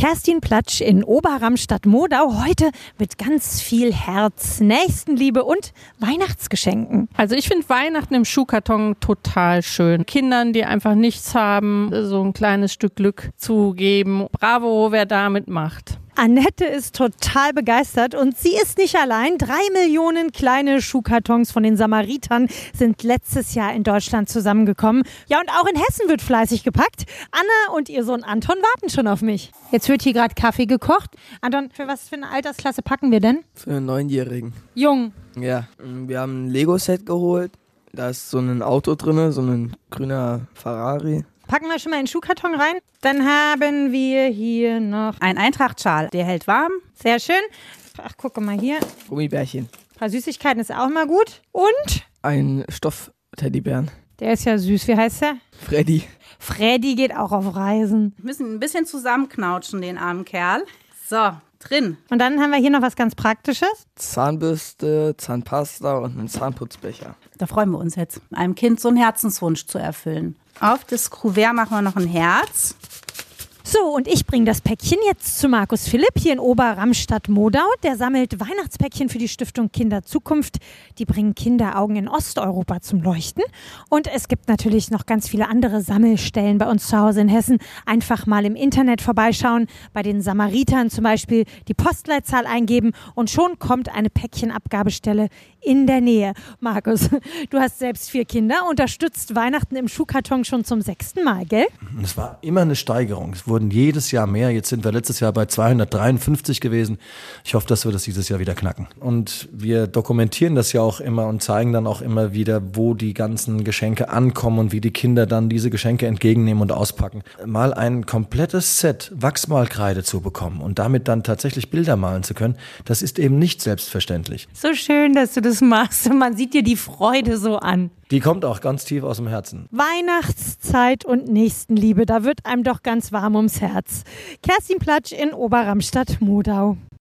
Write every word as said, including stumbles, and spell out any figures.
Kerstin Platsch in Oberramstadt-Modau. Heute mit ganz viel Herz, Nächstenliebe und Weihnachtsgeschenken. Also ich finde Weihnachten im Schuhkarton total schön. Kindern, die einfach nichts haben, so ein kleines Stück Glück zu geben. Bravo, wer damit macht. Annette ist total begeistert und sie ist nicht allein. Drei Millionen kleine Schuhkartons von den Samaritern sind letztes Jahr in Deutschland zusammengekommen. Ja, und auch in Hessen wird fleißig gepackt. Anna und ihr Sohn Anton warten schon auf mich. Jetzt wird hier gerade Kaffee gekocht. Anton, für was für eine Altersklasse packen wir denn? Für einen Neunjährigen. Jung. Ja, wir haben ein Lego-Set geholt. Da ist so ein Auto drin, so ein grüner Ferrari. Packen wir schon mal in den Schuhkarton rein. Dann haben wir hier noch ein Eintrachtschal, der hält warm. Sehr schön. Ach, guck mal hier. Gummibärchen. Ein paar Süßigkeiten ist auch mal gut. Und? Ein Stoff-Teddybären. Der ist ja süß. Wie heißt der? Freddy. Freddy geht auch auf Reisen. Wir müssen ein bisschen zusammenknautschen, den armen Kerl. So, drin. Und dann haben wir hier noch was ganz Praktisches. Zahnbürste, Zahnpasta und einen Zahnputzbecher. Da freuen wir uns jetzt, einem Kind so einen Herzenswunsch zu erfüllen. Auf das Kuvert machen wir noch ein Herz. So, und ich bringe das Päckchen jetzt zu Markus Philipp hier in Oberramstadt-Modau. Der sammelt Weihnachtspäckchen für die Stiftung Kinderzukunft. Die bringen Kinderaugen in Osteuropa zum Leuchten. Und es gibt natürlich noch ganz viele andere Sammelstellen bei uns zu Hause in Hessen. Einfach mal im Internet vorbeischauen, bei den Samaritern zum Beispiel die Postleitzahl eingeben und schon kommt eine Päckchenabgabestelle in der Nähe. Markus, du hast selbst vier Kinder, unterstützt Weihnachten im Schuhkarton schon zum sechsten Mal, gell? Es war immer eine Steigerung. Es wurden jedes Jahr mehr. Jetzt sind wir letztes Jahr bei zweihundertdreiundfünfzig gewesen. Ich hoffe, dass wir das dieses Jahr wieder knacken. Und wir dokumentieren das ja auch immer und zeigen dann auch immer wieder, wo die ganzen Geschenke ankommen und wie die Kinder dann diese Geschenke entgegennehmen und auspacken. Mal ein komplettes Set Wachsmalkreide zu bekommen und damit dann tatsächlich Bilder malen zu können, das ist eben nicht selbstverständlich. So schön, dass du das machst und man sieht dir die Freude so an. Die kommt auch ganz tief aus dem Herzen. Weihnachtszeit und Nächstenliebe, da wird einem doch ganz warm ums Herz. Kerstin Platsch in Oberramstadt-Modau.